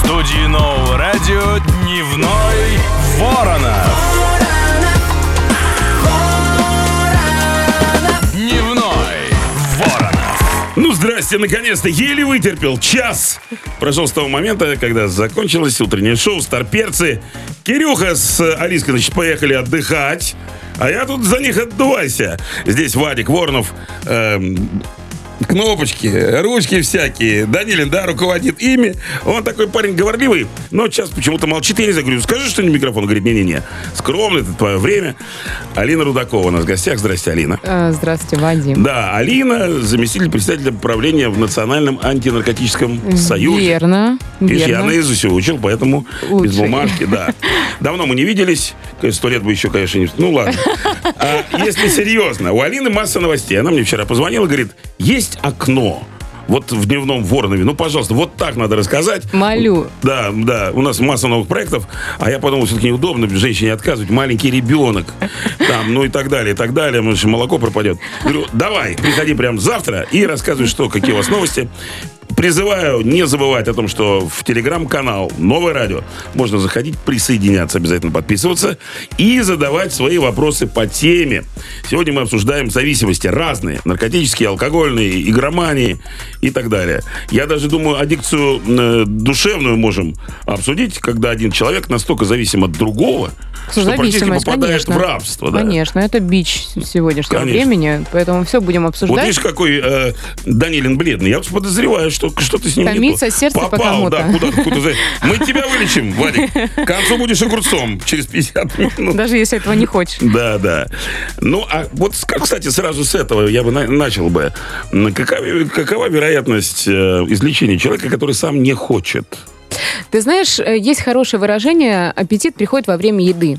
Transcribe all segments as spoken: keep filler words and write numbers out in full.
студии Нового радио «Дневной Воронов». Дневной Воронов. Ну, здрасте, наконец-то, еле вытерпел. Час прошел с того момента, когда закончилось утреннее шоу «Старперцы». Кирюха с Алиской, значит, поехали отдыхать, а я тут за них отдувайся. Здесь Вадик Воронов, эм, кнопочки, ручки всякие. Данилин, да, руководит ими. Он такой парень говорливый, но сейчас почему-то молчит. Я не знаю, говорю, скажи что-нибудь в микрофон. Он говорит, не-не-не, скромно, это твое время. Алина Рудакова у нас в гостях. Здрасте, Алина. Здравствуйте, Вадим. Да, Алина, заместитель председателя правления в Национальном антинаркотическом союзе. Верно, Видишь, верно. я наизусть все учил, поэтому Лучше. без бумажки, да. Давно мы не виделись. Сто лет бы еще, конечно, не... Ну, ладно. А если серьезно, у Алины масса новостей. Она мне вчера позвонила, говорит, есть окно. Вот в Дневном Воронове. Ну, пожалуйста, вот так надо рассказать. Молю. Да, да, у нас масса новых проектов. А я подумал, все-таки неудобно женщине отказывать. Маленький ребенок. Там, ну и так далее, и так далее. Может, молоко пропадет. Говорю, давай, приходи прямо завтра и рассказывай, что, какие у вас новости. Призываю не забывать о том, что в телеграм-канал «Новое радио» можно заходить, присоединяться, обязательно подписываться и задавать свои вопросы по теме. Сегодня мы обсуждаем зависимости разные. Наркотические, алкогольные, игромании и так далее. Я даже думаю, аддикцию э, душевную можем обсудить, когда один человек настолько зависим от другого, что практически попадает конечно. в рабство. Да. Конечно, это бич сегодняшнего Конечно. времени, поэтому все будем обсуждать. Вот видишь, какой э, Данилин бледный. Я вот подозреваю, что что-то с ним Томится не то. сердце по Попал, кому-то. да, куда-то, куда-то. Мы тебя вылечим, Вадик. К концу будешь огурцом через пятьдесят минут. Даже если этого не хочешь. Да, да. Ну, а вот, кстати, сразу с этого я бы на- начал бы. Какова, какова вероятность э, излечения человека, который сам не хочет? Ты знаешь, есть хорошее выражение «аппетит приходит во время еды».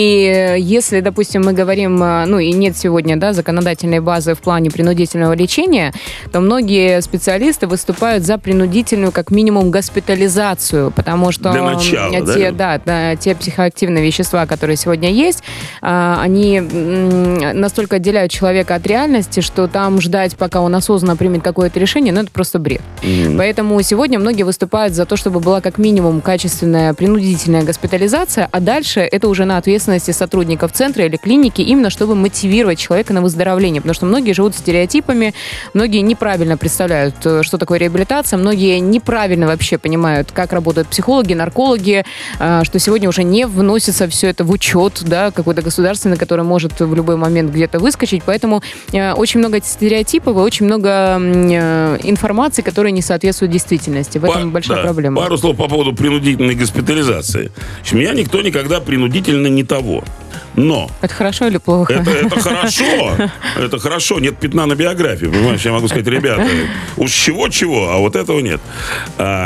И если, допустим, мы говорим, ну и нет сегодня, да, законодательной базы в плане принудительного лечения, то многие специалисты выступают за принудительную, как минимум, госпитализацию, потому что Для начала, те, да? да, да, те психоактивные вещества, которые сегодня есть, они настолько отделяют человека от реальности, что там ждать, пока он осознанно примет какое-то решение, ну это просто бред. Mm-hmm. Поэтому сегодня многие выступают за то, чтобы была как минимум качественная принудительная госпитализация, а дальше это уже на ответственности сотрудников центра или клиники, именно чтобы мотивировать человека на выздоровление. Потому что многие живут стереотипами, многие неправильно представляют, что такое реабилитация, многие неправильно вообще понимают, как работают психологи, наркологи, что сегодня уже не вносится все это в учет, да, какой-то государственный, который может в любой момент где-то выскочить. Поэтому очень много стереотипов и очень много информации, которая не соответствует действительности. В этом Па- большая да, проблема. Пару слов по поводу принудительной госпитализации. В общем, меня никто никогда принудительно не того. Но... Это хорошо или плохо? Это, это хорошо. Это хорошо. Нет пятна на биографии. Понимаешь, я могу сказать, ребята, уж чего-чего, а вот этого нет. А,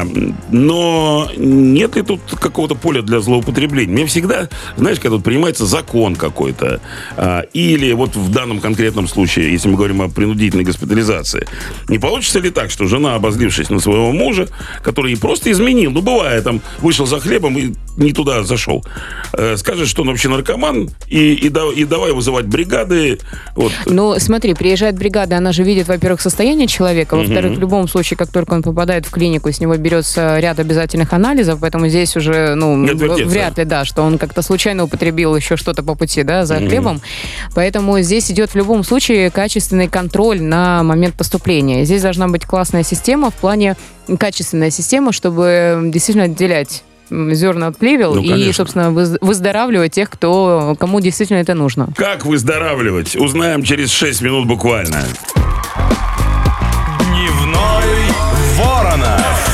но нет ли тут какого-то поля для злоупотребления? Мне всегда, знаешь, когда вот принимается закон какой-то, а, или вот в данном конкретном случае, если мы говорим о принудительной госпитализации, не получится ли так, что жена, обозлившись на своего мужа, который и просто изменил, ну, бывает, там, вышел за хлебом и не туда зашел, э, скажет, что он вообще наркоман, и, и, да, и давай вызывать бригады. Вот. Ну, смотри, приезжает бригада, она же видит, во-первых, состояние человека, во-вторых, угу. в любом случае, как только он попадает в клинику, с него берется ряд обязательных анализов, поэтому здесь уже, ну, в, вряд ли, да, что он как-то случайно употребил еще что-то по пути, да, за угу. хлебом. Поэтому здесь идет в любом случае качественный контроль на момент поступления. Здесь должна быть классная система в плане, качественная система, чтобы действительно отделять зерна от плевел, ну, и, собственно, выздоравливать тех, кто, кому действительно это нужно. Как выздоравливать? Узнаем через шесть минут буквально. Дневной Воронов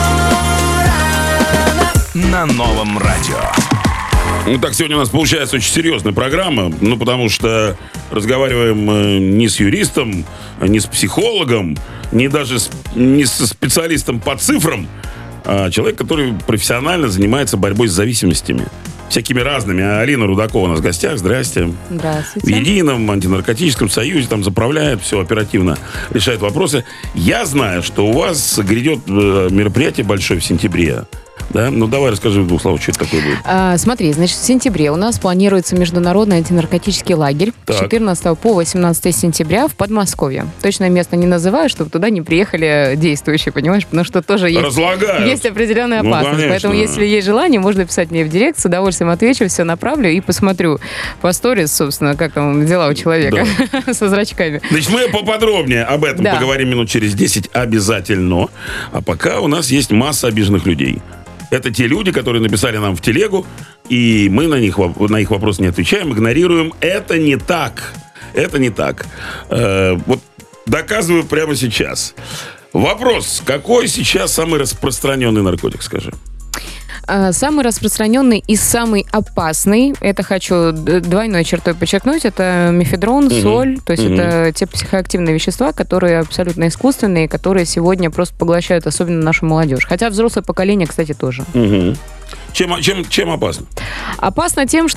на Новом радио. Ну так, сегодня у нас получается очень серьезная программа, ну потому что разговариваем э, не с юристом, не с психологом, не даже с, не со специалистом по цифрам, а человек, который профессионально занимается борьбой с зависимостями. Всякими разными. Алина Рудакова у нас в гостях. Здрасте. Здравствуйте. В Едином антинаркотическом союзе там заправляет, все оперативно решает вопросы. Я знаю, что у вас грядет мероприятие большое в сентябре. Да? Ну, давай расскажи в двух словах, что это такое будет. А, смотри, значит, в сентябре у нас планируется международный антинаркотический лагерь Так. с четырнадцатого по восемнадцатое сентября в Подмосковье. Точное место не называю, чтобы туда не приехали действующие, понимаешь? Потому что тоже есть, Разлагают. есть определенная Ну, опасность. конечно. Поэтому, если есть желание, можно писать мне в директ, с удовольствием отвечу, все направлю и посмотрю по сторис, собственно, как там дела у человека со зрачками. Значит, мы поподробнее об этом Да. поговорим минут через десять обязательно. А пока у нас есть масса обиженных людей. Это те люди, которые написали нам в телегу, и мы на них, воп- на их вопросы не отвечаем, игнорируем. Это не так. Это не так. Э, вот доказываю прямо сейчас. Вопрос. Какой сейчас самый распространенный наркотик, скажи? А, Самый распространенный и самый опасный, это хочу д- двойной чертой подчеркнуть, это мефедрон, Мгм. соль. То есть Мгм. это те психоактивные вещества, которые абсолютно искусственные, которые сегодня просто поглощают особенно нашу молодежь. Хотя взрослое поколение, кстати, тоже. Угу. Чем, чем, чем опасно? Опасно тем,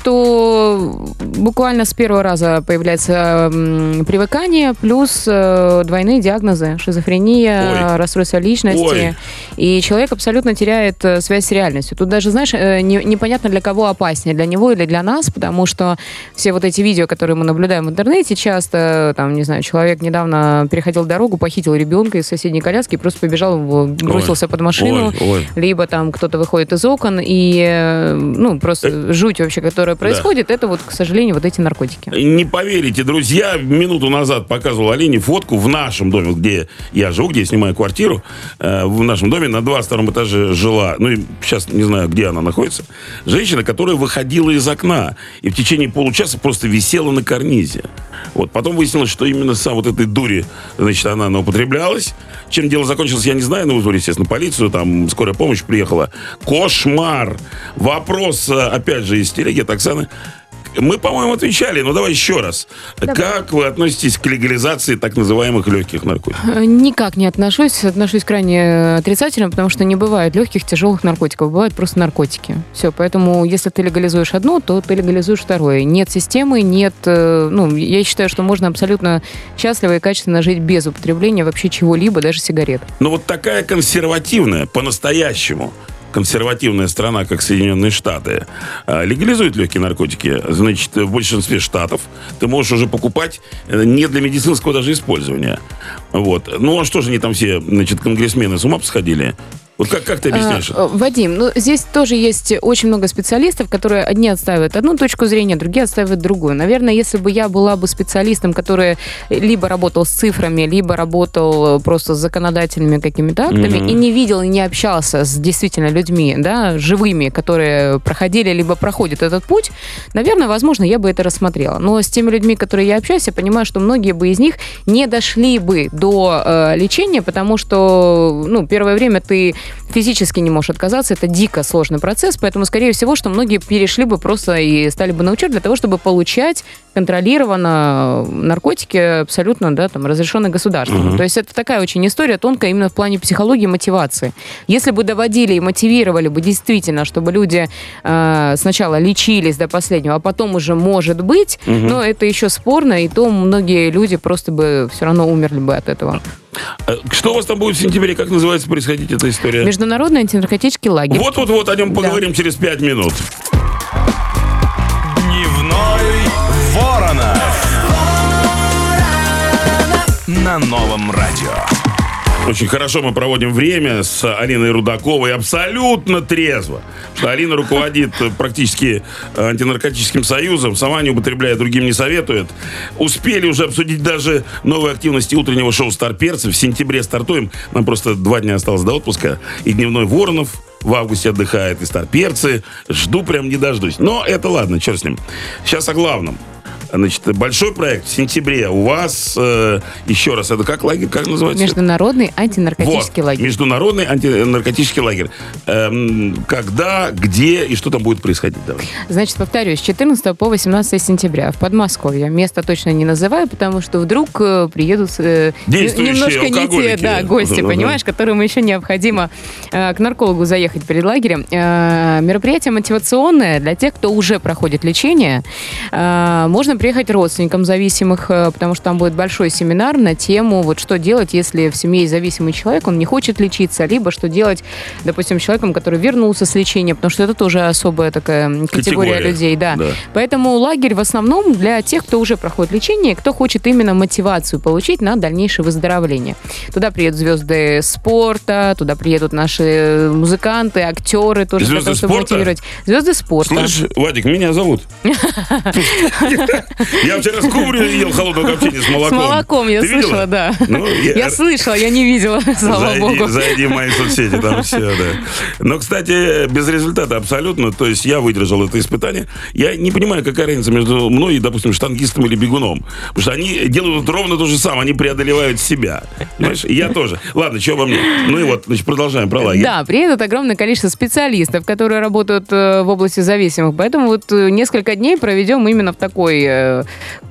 что буквально с первого раза появляется м, привыкание, плюс э, двойные диагнозы, шизофрения, Ой. расстройство личности. Ой. И человек абсолютно теряет э, связь с реальностью. Тут даже, знаешь, э, не- непонятно для кого опаснее, для него или для нас, потому что все вот эти видео, которые мы наблюдаем в интернете, часто, там, не знаю, человек недавно переходил дорогу, похитил ребенка из соседней коляски и просто побежал, его, бросился под машину. Ой, ой. Либо там кто-то выходит из окон, и, э, ну, просто жуть вообще, которая происходит, это вот, к сожалению, вот эти наркотики. Не поверите, друзья, минуту назад показывал Алине фотку в нашем доме, где я живу, где я снимаю квартиру. Э, В нашем доме на двадцать втором этаже жила, ну, и сейчас не знаю, где она находится, женщина, которая выходила из окна и в течение получаса просто висела на карнизе. Вот. Потом выяснилось, что именно сам вот этой дури, значит, она употреблялась. Чем дело закончилось, я не знаю, но вызвали, естественно, полицию, там скорая помощь приехала. Кошмар! Вопрос, опять же, из телеги от Оксаны. Мы, по-моему, отвечали, но давай еще раз. Давай. Как вы относитесь к легализации так называемых легких наркотиков? Э, Никак не отношусь, отношусь крайне отрицательно, потому что не бывает легких, тяжелых наркотиков, бывают просто наркотики. Все, поэтому если ты легализуешь одно, то ты легализуешь второе. Нет системы, нет, э, ну, я считаю, что можно абсолютно счастливо и качественно жить без употребления вообще чего-либо, даже сигарет. Но вот такая консервативная, по-настоящему консервативная страна, как Соединенные Штаты, э, легализует легкие наркотики. Значит, в большинстве штатов ты можешь уже покупать э, не для медицинского даже использования. Вот. Ну, а что же они там все, значит, конгрессмены с ума посходили? Вот как, как ты объясняешь это? А, Вадим, ну здесь тоже есть очень много специалистов, которые одни отстаивают одну точку зрения, другие отстаивают другую. Наверное, если бы я была бы специалистом, который либо работал с цифрами, либо работал просто с законодательными какими-то актами, Мгм. и не видел и не общался с действительно людьми, да, живыми, которые проходили либо проходят этот путь, наверное, возможно, я бы это рассмотрела. Но с теми людьми, которые я общаюсь, я понимаю, что многие бы из них не дошли бы до э, лечения, потому что, ну, первое время ты физически не можешь отказаться, это дико сложный процесс, поэтому, скорее всего, что многие перешли бы просто и стали бы на учет для того, чтобы получать контролированно наркотики абсолютно, да, там, разрешенные государством. Мгм. То есть это такая очень история тонкая именно в плане психологии и мотивации. Если бы доводили и мотивировали бы действительно, чтобы люди э, сначала лечились до последнего, а потом уже, может быть, Мгм. но это еще спорно, и то многие люди просто бы все равно умерли бы от этого. Э, Что у вас там будет в сентябре? Как называется происходить эта история? Международный антинаркотический лагерь. Вот-вот-вот, о нем Да. поговорим через пять минут. Дневной Воронов. На новом радио. Очень хорошо мы проводим время с Алиной Рудаковой абсолютно трезво. Что Алина руководит практически антинаркотическим союзом, сама не употребляет, другим не советует. Успели уже обсудить даже новые активности утреннего шоу «Старперцы». В сентябре стартуем. Нам просто два дня осталось до отпуска. И дневной Воронов в августе отдыхает, и «Старперцы». Жду, прям не дождусь. Но это ладно, черт с ним. Сейчас о главном. Значит, большой проект в сентябре у вас, э, еще раз, это как лагерь, как называется? Международный антинаркотический Вот, лагерь. Международный антинаркотический лагерь. Эм, когда, где и что там будет происходить? Давай. Значит, повторюсь, с четырнадцатого по восемнадцатое сентября в Подмосковье. Место точно не называю, потому что вдруг э, приедут э, Действующие немножко не те, алкоголики. да, гости, Да-да-да. понимаешь, которым еще необходимо э, к наркологу заехать перед лагерем. Э, мероприятие мотивационное для тех, кто уже проходит лечение. Э, можно приехать родственникам зависимых, потому что там будет большой семинар на тему, вот что делать, если в семье есть зависимый человек, он не хочет лечиться, либо что делать, допустим, с человеком, который вернулся с лечения, потому что это тоже особая такая категория, категория. людей. Да. Да. Поэтому лагерь в основном для тех, кто уже проходит лечение, кто хочет именно мотивацию получить на дальнейшее выздоровление. Туда приедут звезды спорта, туда приедут наши музыканты, актеры тоже, звезды для того, чтобы спорта? мотивировать. Звезды спорта. Слышь, Вадик, меня зовут. Я вчера с кубрю ел холодного копчения с молоком. С молоком, я слышала, да. Я слышала, я не видела, слава богу. Зайди в мои соцсети, там все, да. Но, кстати, без результата абсолютно. То есть я выдержал это испытание. Я не понимаю, какая разница между мной и, допустим, штангистом или бегуном. Потому что они делают ровно то же самое. Они преодолевают себя. Понимаешь? И я тоже. Ладно, что обо мне? Ну и вот, значит, продолжаем про лагерь. Да, приедут огромное количество специалистов, которые работают в области зависимых. Поэтому вот несколько дней проведем именно в такой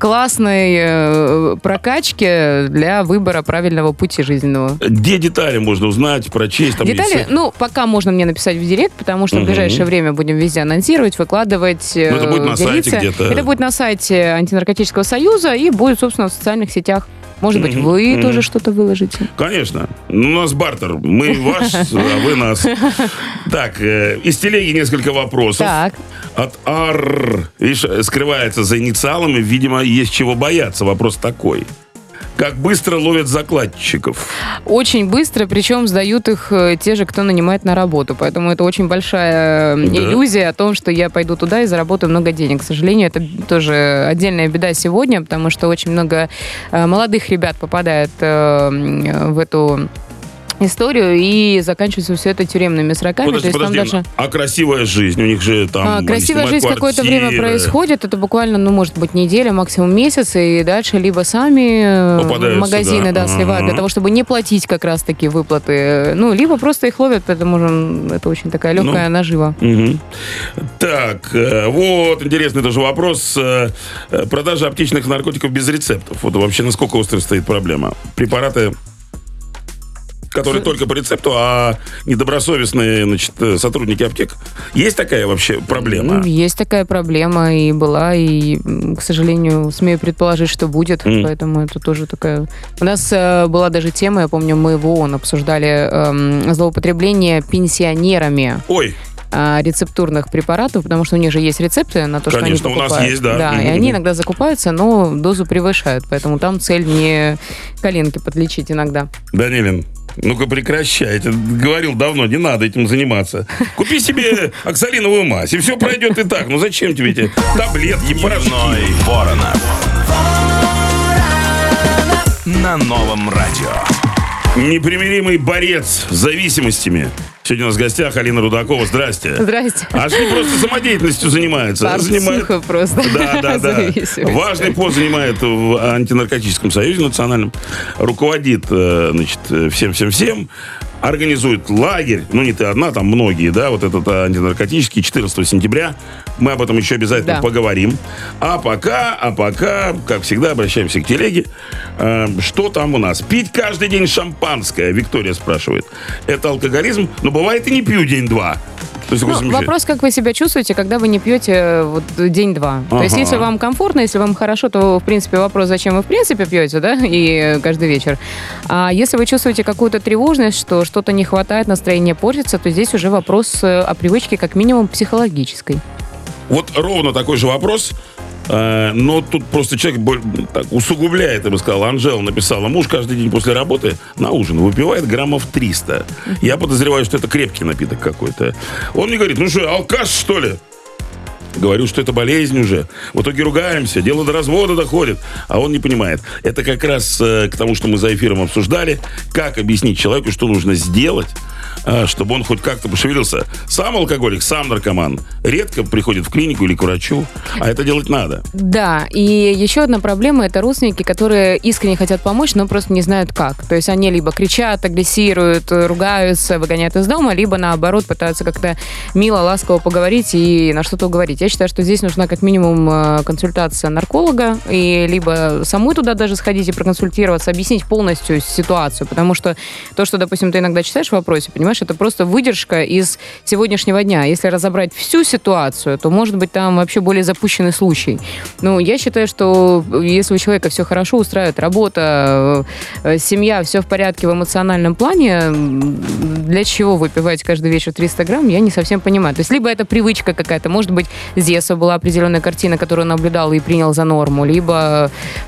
классной прокачке для выбора правильного пути жизненного. Где детали можно узнать, прочесть? Там детали, есть... ну, пока можно мне написать в директ, потому что угу. в ближайшее время будем везде анонсировать, выкладывать, ну, это будет на делиться. Сайте где-то. Это будет на сайте Антинаркотического союза и будет, собственно, в социальных сетях. Может быть, вы mm-hmm. тоже что-то выложите? Конечно. У нас бартер. Мы ваш, а вы нас. Так, э, из телеги несколько вопросов. Так. От Ар... Видишь, скрывается за инициалами. Видимо, есть чего бояться. Вопрос такой. Как быстро ловят закладчиков? Очень быстро, причем сдают их те же, кто нанимает на работу. Поэтому это очень большая да. иллюзия о том, что я пойду туда и заработаю много денег. К сожалению, это тоже отдельная беда сегодня, потому что очень много молодых ребят попадает в эту историю, и заканчивается все это тюремными сроками. Подожди, То есть подожди, там даже... а красивая жизнь? У них же там... А, красивая жизнь какое-то время происходит. Это буквально, ну, может быть, неделя, максимум месяц, и дальше либо сами попадаются, магазины да. Да, сливают, для того, чтобы не платить как раз-таки выплаты. Ну, либо просто их ловят, поэтому это очень такая легкая ну, нажива. Угу. Так, вот интересный тоже вопрос. Продажа аптечных наркотиков без рецептов. Вот вообще насколько острой стоит проблема? Препараты... которые только по рецепту, а недобросовестные, значит, сотрудники аптек. Есть такая вообще проблема? Есть такая проблема и была, и, к сожалению, смею предположить, что будет, mm. поэтому это тоже такая... У нас э, была даже тема, я помню, мы в ООН обсуждали э, злоупотребление пенсионерами. Ой! Рецептурных препаратов, потому что у них же есть рецепты на то, Конечно, что они покупают. у нас есть, да. Да, mm-hmm. и они иногда закупаются, но дозу превышают, поэтому там цель не коленки подлечить иногда. Данилин, ну-ка прекращай. Я говорил давно, не надо этим заниматься. Купи себе оксалиновую мазь, и все пройдет и так. Ну зачем тебе эти таблетки, порошки? Воронов. На новом радио. Непримиримый борец с зависимостями. Сегодня у нас в гостях Алина Рудакова. Здрасте. Здрасте. Аж не просто самодеятельностью занимается. Пар занимает... просто. Да, да, да. Важный пост занимает в Антинаркотическом союзе национальном. Руководит, значит, всем-всем-всем. Организует лагерь, ну не ты одна, там многие, да, вот этот антинаркотический, четырнадцатого сентября. Мы об этом еще обязательно да. поговорим. А пока, а пока, как всегда, обращаемся к телеге. Э, что там у нас? Пить каждый день шампанское, Виктория спрашивает. Это алкоголизм? Но бывает и не пью день-два. Ну, вопрос, как вы себя чувствуете, когда вы не пьете вот день-два. Ага. То есть, если вам комфортно, если вам хорошо, то, в принципе, вопрос, зачем вы, в принципе, пьете, да, и каждый вечер. А если вы чувствуете какую-то тревожность, что что-то не хватает, настроение портится, то здесь уже вопрос о привычке, как минимум, психологической. Вот ровно такой же вопрос. Но тут просто человек так, усугубляет, я бы сказал. Анжела написала: муж каждый день после работы на ужин выпивает граммов триста. Я подозреваю, что это крепкий напиток какой-то. Он мне говорит: ну что, алкаш, что ли? Говорю, что это болезнь уже. В итоге ругаемся, дело до развода доходит. А он не понимает. Это как раз э, к тому, что мы за эфиром обсуждали. Как объяснить человеку, что нужно сделать, э, чтобы он хоть как-то пошевелился. Сам алкоголик, сам наркоман редко приходит в клинику или к врачу. А это делать надо. Да, и еще одна проблема — это родственники, которые искренне хотят помочь, но просто не знают как. То есть они либо кричат, агрессируют, ругаются, выгоняют из дома, либо наоборот пытаются как-то мило, ласково поговорить и на что-то уговорить. Я считаю, что здесь нужна как минимум консультация нарколога, и либо самой туда даже сходить и проконсультироваться, объяснить полностью ситуацию, потому что то, что, допустим, ты иногда читаешь в вопросе, понимаешь, понимаешь, это просто выдержка из сегодняшнего дня. Если разобрать всю ситуацию, то, может быть, там вообще более запущенный случай. Ну, я считаю, что если у человека все хорошо, устраивает работа, семья, все в порядке в эмоциональном плане, для чего выпивать каждый вечер триста грамм, я не совсем понимаю. То есть, либо это привычка какая-то, может быть, с детства была определенная картина, которую он наблюдал и принял за норму, либо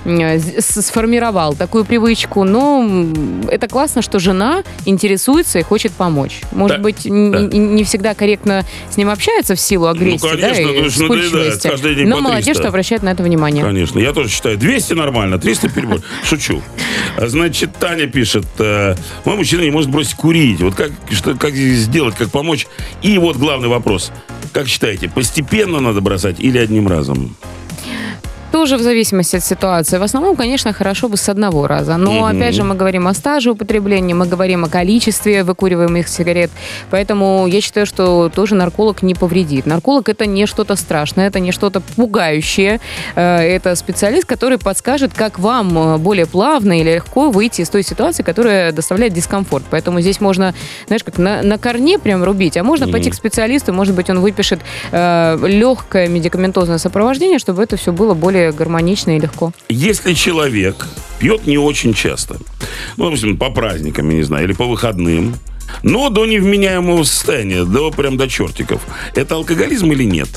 сформировал такую привычку. Но это классно, что жена интересуется и хочет помочь. Может да, быть, да. Не, не всегда корректно с ним общается в силу агрессии, ну, конечно, да, и вспыльчивости. Но молодец, что обращает на это внимание. Конечно, я тоже считаю, двести нормально, триста перебор. Шучу. Значит, Таня пишет, мой мужчина не может бросить курить. Вот как, что, как сделать, как помочь? И вот главный вопрос. Как считаете, постепенно надо бросать или одним разом? Тоже в зависимости от ситуации. В основном, конечно, хорошо бы с одного раза. Но, mm-hmm. опять же, мы говорим о стаже употребления, мы говорим о количестве выкуриваемых сигарет. Поэтому я считаю, что тоже нарколог не повредит. Нарколог — это не что-то страшное, это не что-то пугающее. Это специалист, который подскажет, как вам более плавно или легко выйти из той ситуации, которая доставляет дискомфорт. Поэтому здесь можно, знаешь, как на, на корне прям рубить, а можно mm-hmm. пойти к специалисту, может быть, он выпишет э, легкое медикаментозное сопровождение, чтобы это все было более гармонично и легко. Если человек пьет не очень часто, ну, допустим, по праздникам, я не знаю, или по выходным, но до невменяемого состояния, до прям до чертиков, это алкоголизм или нет?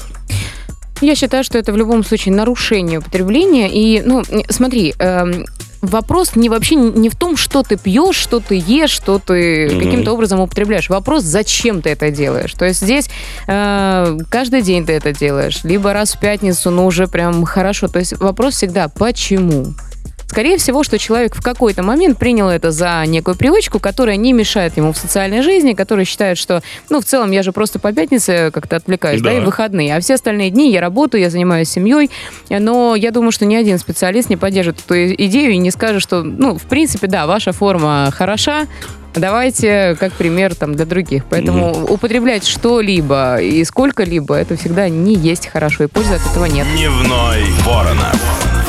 Я считаю, что это в любом случае нарушение употребления. И, ну, смотри, эм, вопрос не вообще не в том, что ты пьешь, что ты ешь, что ты mm-hmm. каким-то образом употребляешь. Вопрос, зачем ты это делаешь. То есть здесь э, каждый день ты это делаешь, либо раз в пятницу, ну уже прям хорошо. То есть вопрос всегда, почему? Скорее всего, что человек в какой-то момент принял это за некую привычку, которая не мешает ему в социальной жизни, который считает, что, ну, в целом, я же просто по пятнице как-то отвлекаюсь, да, да и в выходные. А все остальные дни я работаю, я занимаюсь семьей. Но я думаю, что ни один специалист не поддержит эту идею и не скажет, что, ну, в принципе, да, ваша форма хороша, давайте как пример там для других. Поэтому mm-hmm. употреблять что-либо и сколько-либо, это всегда не есть хорошо, и пользы от этого нет. Дневной Воронов.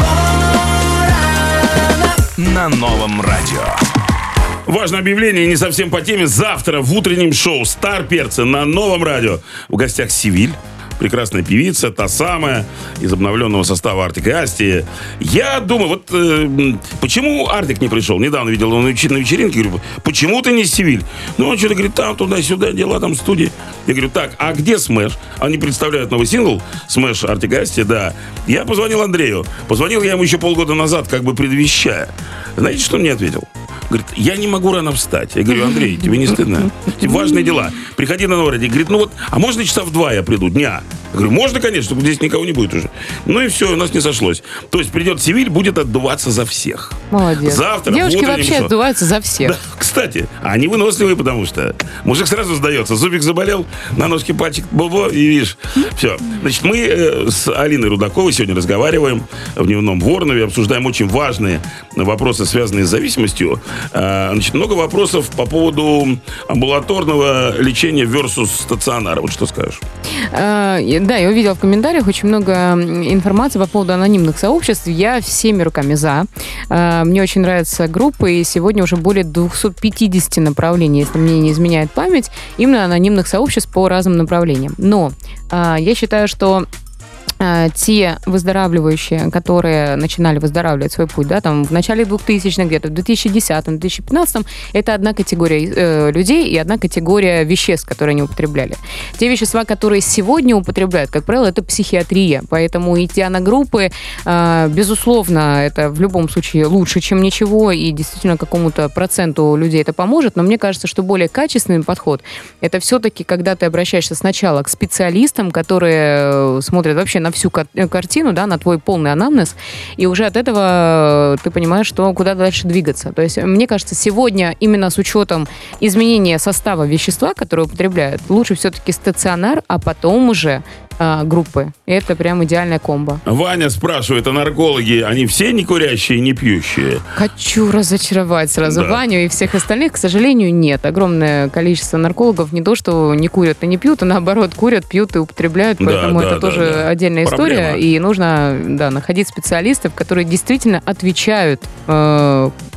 На новом радио. Важное объявление, не совсем по теме. Завтра в утреннем шоу «Стар перца» на новом радио в гостях Севиль. Прекрасная певица, та самая, из обновленного состава Артик и Асти. Я думаю, вот э, почему Артик не пришел? Недавно видел его на вечеринке, говорю, почему ты не Севиль? Ну, он что-то говорит, там, туда-сюда, дела там в студии. Я говорю, так, а где Смэш? Они представляют новый сингл Смэш, Артик и Асти, да. Я позвонил Андрею. Позвонил я ему еще полгода назад, как бы предвещая. Знаете, что он мне ответил? Говорит, я не могу рано встать. Я говорю, Андрей, тебе не стыдно? Важные дела. Приходи на новый радио. Говорит, ну вот, а можно часа в два я приду? Дня. Я говорю, можно, конечно, здесь никого не будет уже. Ну и все, у нас не сошлось. То есть придет Севиль, будет отдуваться за всех. Молодец. Завтра девушки вообще шоу. Отдуваются за всех. Да, кстати, они выносливые, потому что мужик сразу сдается. Зубик заболел, на ножке пальчик бобо, и видишь. Все. Значит, мы э, с Алиной Рудаковой сегодня разговариваем в Дневном Воронове, обсуждаем очень важные вопросы, связанные с зависимостью. Э, значит, много вопросов по поводу амбулаторного лечения versus стационара. Вот что скажешь? Да, я увидела в комментариях очень много информации по поводу анонимных сообществ. Я всеми руками за. Мне очень нравятся группы, и сегодня уже более двести пятьдесят направлений, если мне не изменяет память, именно анонимных сообществ по разным направлениям. Но я считаю, что те выздоравливающие, которые начинали выздоравливать свой путь, да, там в начале двухтысячных, где-то в две тысячи десятом - две тысячи пятнадцатом, это одна категория э, людей и одна категория веществ, которые они употребляли. Те вещества, которые сегодня употребляют, как правило, это психиатрия, поэтому идти на группы, э, безусловно, это в любом случае лучше, чем ничего, и действительно какому-то проценту людей это поможет, но мне кажется, что более качественный подход — это все-таки, когда ты обращаешься сначала к специалистам, которые смотрят вообще на на всю картину, да, на твой полный анамнез, и уже от этого ты понимаешь, что куда дальше двигаться. То есть, мне кажется, сегодня именно с учетом изменения состава вещества, которое употребляют, лучше все-таки стационар, а потом уже а, группы. Это прям идеальная комбо. Ваня спрашивает, а наркологи, они все не курящие, не пьющие? Хочу разочаровать сразу да. Ваню и всех остальных. К сожалению, нет. Огромное количество наркологов не то, что не курят и не пьют, а наоборот, курят, пьют и употребляют. Поэтому да, это да, тоже да, да. отдельная история. Проблема. И нужно да, находить специалистов, которые действительно отвечают э,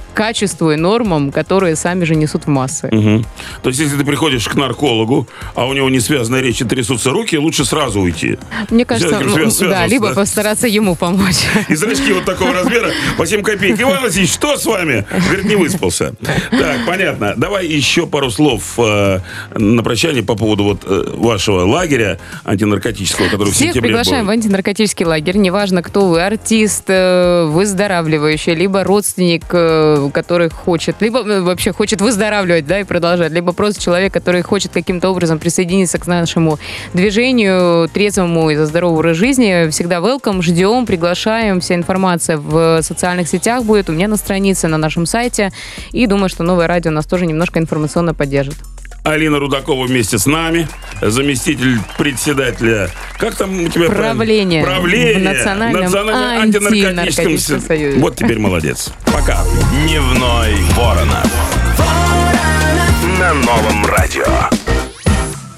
качеству и нормам, которые сами же несут в массы. Угу. То есть, если ты приходишь к наркологу, а у него не связанная речь и трясутся руки, лучше сразу уйти. Мне кажется, Взять, ну, да, либо постараться ему помочь. И зрачки вот такого размера по семь копеек. Иван Васильевич, что с вами? Говорит, не выспался. Так, понятно. Давай еще пару слов э, на прощание по поводу вот э, вашего лагеря антинаркотического, который Всех в сентябре приглашаем будет. в антинаркотический лагерь. Неважно, кто вы, артист, э, выздоравливающий, либо родственник, э, который хочет, либо э, вообще хочет выздоравливать, да, и продолжать, либо просто человек, который хочет каким-то образом присоединиться к нашему движению трезвому и за здоровый образ жизни. Всегда welcome, ждем, приглашаем. Вся информация в социальных сетях будет, у меня на странице, на нашем сайте. И думаю, что Новое радио нас тоже немножко информационно поддержит. Алина Рудакова вместе с нами, заместитель председателя, как там у тебя Правление. Правление. В Национальном Национальном антинаркотическом антинаркотическом союзе. Вот теперь молодец. Пока. Дневной Воронов. На Новом радио.